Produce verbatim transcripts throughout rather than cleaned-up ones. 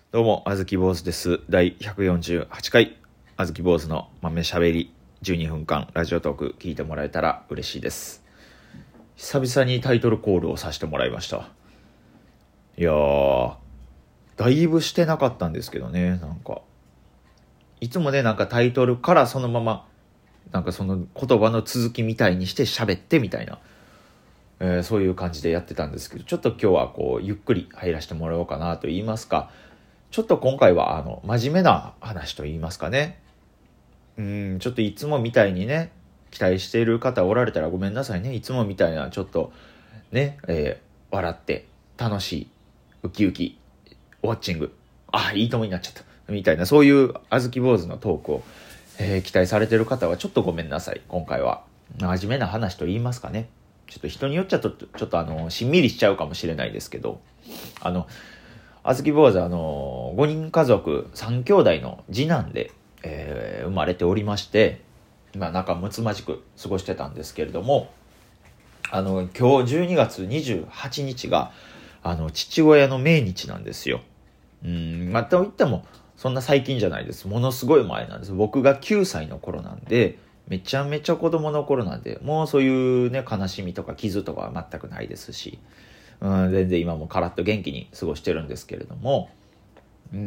どうも、あずき坊主です。だいひゃくよんじゅうはちかい、あずき坊主の豆しゃべり、じゅうにふんかんラジオトーク聞いてもらえたら嬉しいです。久々にタイトルコールをさせてもらいました。いやー、だいぶしてなかったんですけどね、なんか。いつもね、なんかタイトルからそのまま、なんかその言葉の続きみたいにして喋ってみたいな、えー、そういう感じでやってたんですけど、ちょっと今日はこう、ゆっくり入らせてもらおうかなと言いますか、ちょっと今回はあの真面目な話と言いますかね。うーん、ちょっといつもみたいにね、期待している方おられたらごめんなさいね。いつもみたいなちょっとね、えー、笑って楽しいウキウキウォッチング、あ、いいともになっちゃったみたいな、そういうあずき坊主のトークを、えー、期待されている方はちょっとごめんなさい。今回は真面目な話と言いますかね。ちょっと人によっちゃとちょっとあのしんみりしちゃうかもしれないですけど、あのあずき坊主はあのごにん家族さん兄弟の次男で、えー、生まれておりまして、まあ仲睦まじく過ごしてたんですけれども、あの今日じゅうにがつにじゅうはちにちがあの父親の命日なんですよ。うん、まあといってもそんな最近じゃないです。ものすごい前なんです。僕がきゅうさいの頃なんで、めちゃめちゃ子供の頃なんで、もうそういうね悲しみとか傷とかは全くないですし、うん、全然今もカラッと元気に過ごしてるんですけれども、うん、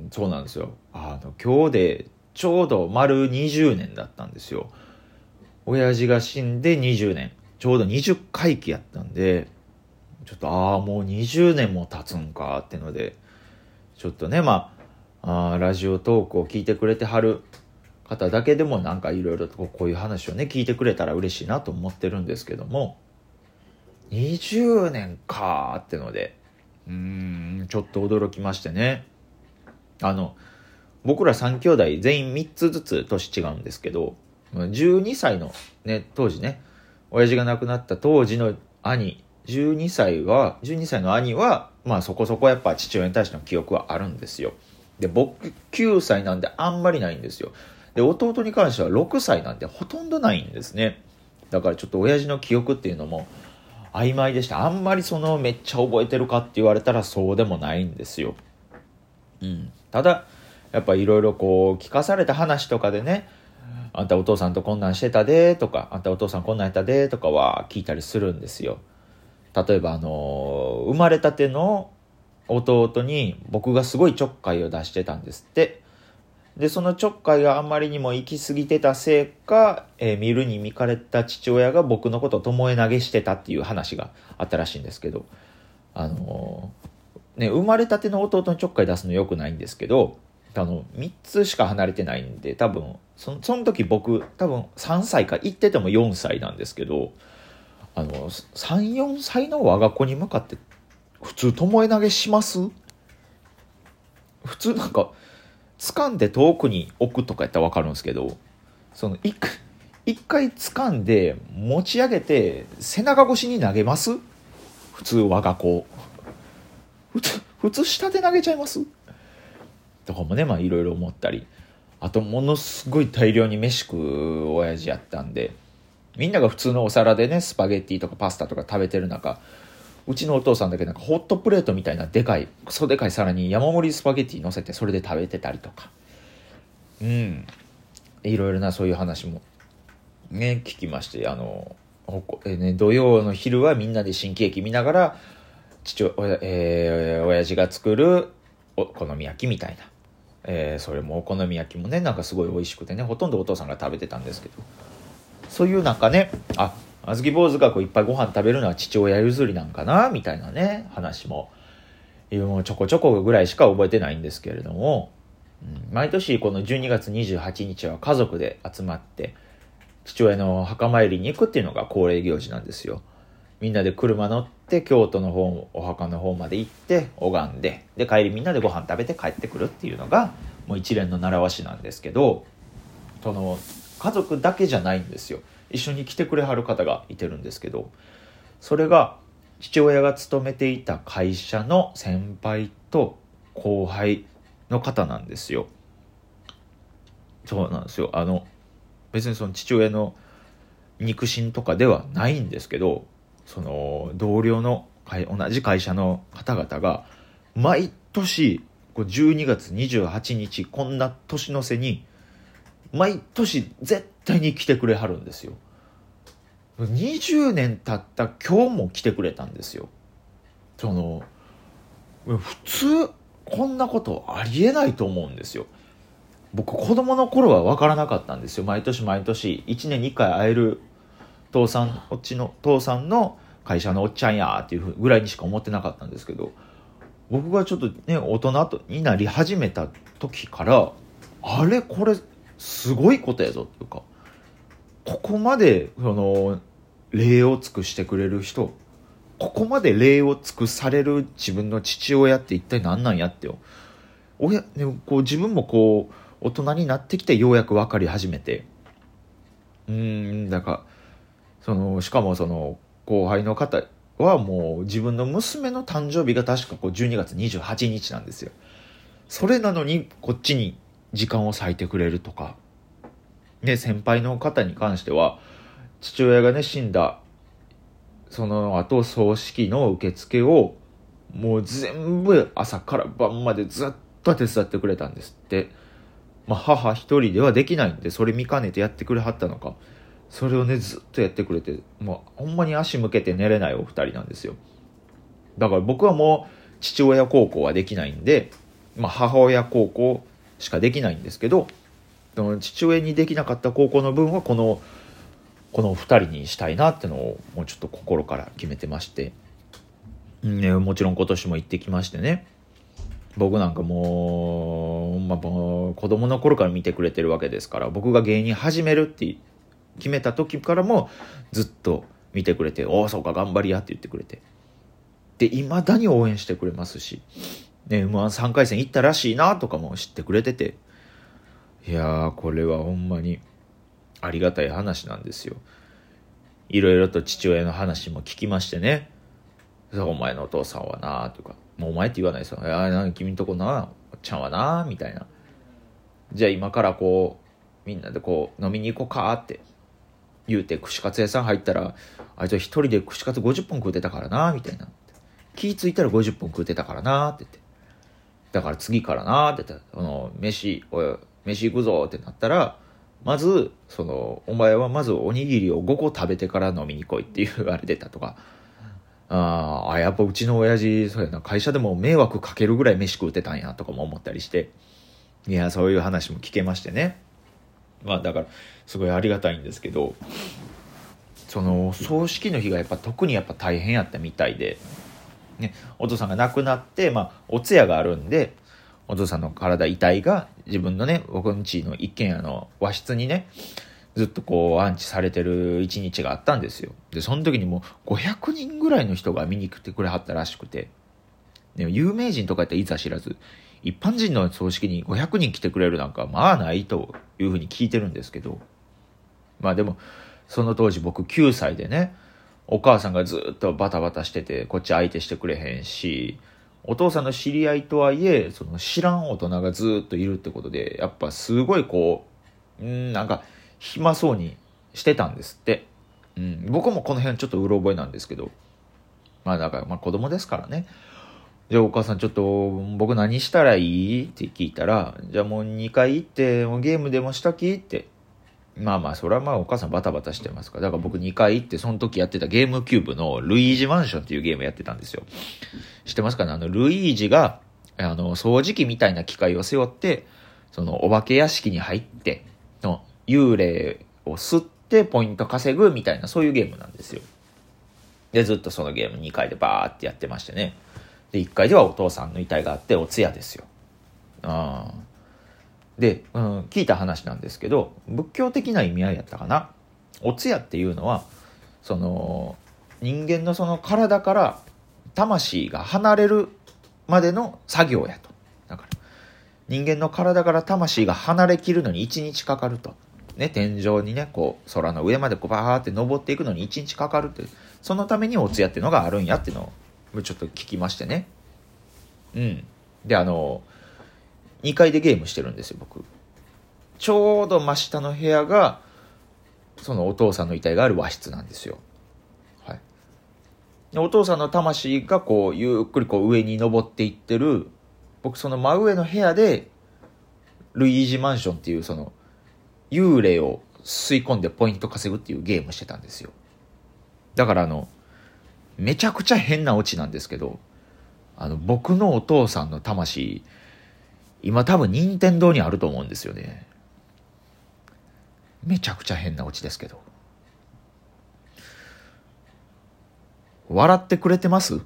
そうなんですよ。あの今日でちょうど丸にじゅうねんだったんですよ。親父が死んでにじゅうねん、ちょうどにじゅっかいきやったんで、ちょっとああもうにじゅうねんも経つんかってので、ちょっとね、まあ、あラジオトークを聞いてくれてはる方だけでもなんかいろいろとこういう話をね聞いてくれたら嬉しいなと思ってるんですけども、にじゅうねんかーってので、うーん、ちょっと驚きましてね。あの、僕らさん兄弟全員みっつずつ年違うんですけど、じゅうにさいのね、当時ね、親父が亡くなった当時の兄、じゅうにさいは、じゅうにさいの兄は、まあそこそこやっぱ父親に対しての記憶はあるんですよ。で、僕きゅうさいなんであんまりないんですよ。で、弟に関してはろくさいなんでほとんどないんですね。だからちょっと親父の記憶っていうのも、曖昧でした。あんまりそのめっちゃ覚えてるかって言われたらそうでもないんですよ。うん。ただやっぱいろいろこう聞かされた話とかでね、あんたお父さんとこんなんしてたでとか、あんたお父さんこんなんやったでとかは聞いたりするんですよ。例えばあの生まれたての弟に僕がすごいちょっかいを出してたんですって。でそのちょっかいがあまりにも行き過ぎてたせいか、えー見るに見かれた父親が僕のことを巴投げしてたっていう話があったらしいんですけど、あのーね、生まれたての弟にちょっかい出すのよくないんですけど、あのみっつしか離れてないんで、多分そのその時僕多分さんさいか、行っててもよんさいなんですけど、あのさん、よんさいの我が子に向かって普通巴投げします？普通なんか掴んで遠くに置くとかやったら分かるんですけど、その一回一回掴んで持ち上げて背中越しに投げます？普通我が子普通普通下で投げちゃいます？とかもね、まあいろいろ思ったり、あとものすごい大量に飯食う親父やったんで、みんなが普通のお皿でねスパゲッティとかパスタとか食べてる中、うちのお父さんだけなんかホットプレートみたいなでかいクソでかい皿に山盛りスパゲッティ乗せてそれで食べてたりとか、うんいろいろなそういう話もね聞きまして、あのえ、ね、土曜の昼はみんなで新喜劇見ながら父親、えー、親父が作るお好み焼きみたいな、えー、それもお好み焼きもねなんかすごい美味しくてね、ほとんどお父さんが食べてたんですけど、そういうなんかね、ああずき坊主がこういっぱいご飯食べるのは父親譲りなんかなみたいなね話も、もうちょこちょこぐらいしか覚えてないんですけれども、うん、毎年このじゅうにがつにじゅうはちにちは家族で集まって父親の墓参りに行くっていうのが恒例行事なんですよ。みんなで車乗って京都の方お墓の方まで行って拝んで、で帰りみんなでご飯食べて帰ってくるっていうのがもう一連の習わしなんですけど、その家族だけじゃないんですよ。一緒に来てくれはる方がいてるんですけど、それが父親が勤めていた会社の先輩と後輩の方なんですよ。そうなんですよ。あの別にその父親の肉親とかではないんですけど、その同僚の同じ会社の方々が毎年こうじゅうにがつにじゅうはちにちこんな年の瀬に毎年絶対に来てくれはるんですよ。にじゅうねん経った今日も来てくれたんですよ。その普通こんなことありえないと思うんですよ。僕子供の頃は分からなかったんですよ。毎年毎年いちねんにいっかい会える父さんこっちの父さんの会社のおっちゃんやっていうぐらいにしか思ってなかったんですけど、僕がちょっとね大人になり始めた時からあれこれすごいことやぞっていうか、ここまでその礼を尽くしてくれる人、ここまで礼を尽くされる自分の父親って一体何なんやってよ。親、ね、こう自分もこう大人になってきてようやく分かり始めて、うーんだからそのしかもその後輩の方はもう自分の娘の誕生日が確かこうじゅうにがつにじゅうはちにちなんですよ。それなのにこっちに時間を割いてくれるとか、ね、先輩の方に関しては父親がね死んだその後葬式の受付をもう全部朝から晩までずっと手伝ってくれたんですって。まあ、母一人ではできないんでそれ見かねてやってくれはったのか、それをねずっとやってくれて、もうほんまに足向けて寝れないお二人なんですよ。だから僕はもう父親孝行はできないんで、まあ、母親孝行しかできないんですけど、父親にできなかった孝行の分はこのこの二人にしたいなってのをもうちょっと心から決めてまして、ね、もちろん今年も行ってきましてね、僕なんかもう、まあ、もう子供の頃から見てくれてるわけですから、僕が芸人始めるって決めた時からもずっと見てくれて、おおそうか頑張りやって言ってくれて、で未だに応援してくれますし、ね、エムワンさんかい戦行ったらしいなとかも知ってくれてて、いやーこれはほんまにありがたい話なんですよ。いろいろと父親の話も聞きましてね、お前のお父さんはなとか、もうお前って言わないですよ。いやなんか君んとこなおっちゃんはなみたいな。じゃあ今からこうみんなでこう飲みに行こうかって言うて、串カツ屋さん入ったらあいつは一人で串カツごじゅっぽん食うてたからなみたいな。気ぃついたらごじゅっぽん食うてたからなって言って、だから次からなって言って、あの飯おい飯行くぞってなったら、まずそのお前はまずおにぎりをごこ食べてから飲みに来いって言われてたとか、ああやっぱうちの親父そうやな、会社でも迷惑かけるぐらい飯食うてたんやとかも思ったりして、いやそういう話も聞けましてね、まあだからすごいありがたいんですけど、その葬式の日がやっぱ特にやっぱ大変やったみたいで、ね、お父さんが亡くなって、まあお通夜があるんで、お父さんの体遺体が自分のね僕ん家の一軒家の和室にねずっとこう安置されてる一日があったんですよ。でその時にもうごひゃくにんぐらいの人が見に来てくれはったらしくて、で有名人とかやったらいざ知らず、一般人の葬式にごひゃくにん来てくれるなんかまあないというふうに聞いてるんですけど、まあでもその当時僕きゅうさいでね、お母さんがずっとバタバタしててこっち相手してくれへんし、お父さんの知り合いとはいえその知らん大人がずっといるってことで、やっぱすごいこううんなんか暇そうにしてたんですって、うん、僕もこの辺ちょっとうろ覚えなんですけど、まあだからまあ子供ですからね。じゃあお母さんちょっと僕何したらいいって聞いたら、じゃあもうにかい行ってもうゲームでもしたきって、まあまあそれはまあお母さんバタバタしてますから、だから僕にかい行ってその時やってたゲームキューブのルイージマンションっていうゲームやってたんですよ。知ってますかね。あのルイージがあの掃除機みたいな機械を背負ってそのお化け屋敷に入っての幽霊を吸ってポイント稼ぐみたいな、そういうゲームなんですよ。でずっとそのゲームにかいでバーってやってましてね。でいっかいではお父さんの遺体があってお通夜ですよ。あで、うん、聞いた話なんですけど、仏教的な意味合いやったかな。お通夜っていうのはその人間のその体から魂が離れるまでの作業やと。だから人間の体から魂が離れきるのにいちにちかかると。ね、天井にねこう空の上までこうバーって登っていくのにいちにちかかるっていう、そのためにお通夜っていうのがあるんやっていうのをちょっと聞きましてね。うんであのにかいでゲームしてるんですよ僕。ちょうど真下の部屋がそのお父さんの遺体がある和室なんですよ。はい。でお父さんの魂がこうゆっくりこう上に登っていってる僕その真上の部屋でルイージマンションっていうその幽霊を吸い込んでポイント稼ぐっていうゲームしてたんですよ。だからあのめちゃくちゃ変なオチなんですけど、あの僕のお父さんの魂今多分任天堂にあると思うんですよね。めちゃくちゃ変なオチですけど、笑ってくれてます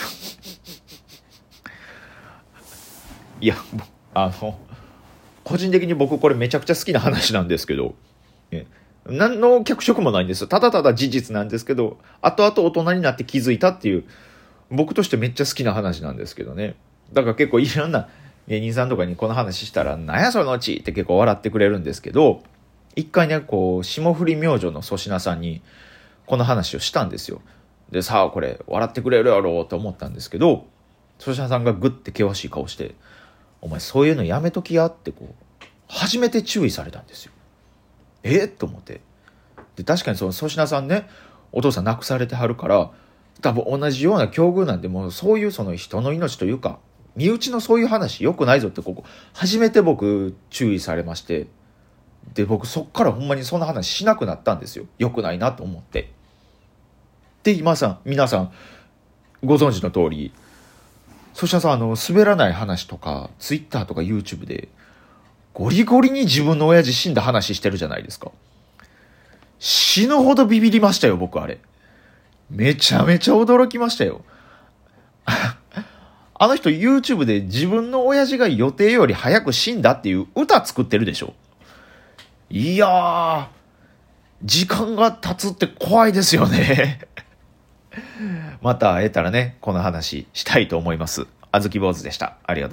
いやあの個人的に僕これめちゃくちゃ好きな話なんですけど、え何の脚色もないんですよ。ただただ事実なんですけど、後々大人になって気づいたっていう、僕としてめっちゃ好きな話なんですけどね。だから結構いろんな芸人さんとかにこの話したら、なんやそのうちって結構笑ってくれるんですけど、一回ね、こう、霜降り明星の粗品さんにこの話をしたんですよ。で、さあこれ笑ってくれるやろうと思ったんですけど、粗品さんがグッて険しい顔して、お前そういうのやめときやってこう、初めて注意されたんですよ。えっと思って。で、確かにその粗品さんね、お父さん亡くされてはるから、多分同じような境遇なんで、もうそういうその人の命というか、身内のそういう話良くないぞってここ、初めて僕注意されまして、で、僕そっからほんまにそんな話しなくなったんですよ。良くないなと思って。で、今さん、皆さん、ご存知の通り、粗品さん、あの、滑らない話とか、ツイッターとか YouTube で、ゴリゴリに自分の親父死んだ話してるじゃないですか。死ぬほどビビりましたよ、僕あれ。めちゃめちゃ驚きましたよ。あの人 YouTube で自分の親父が予定より早く死んだっていう歌作ってるでしょ。いやー、時間が経つって怖いですよね。また会えたらね、この話したいと思います。あずき坊主でした。ありがとう。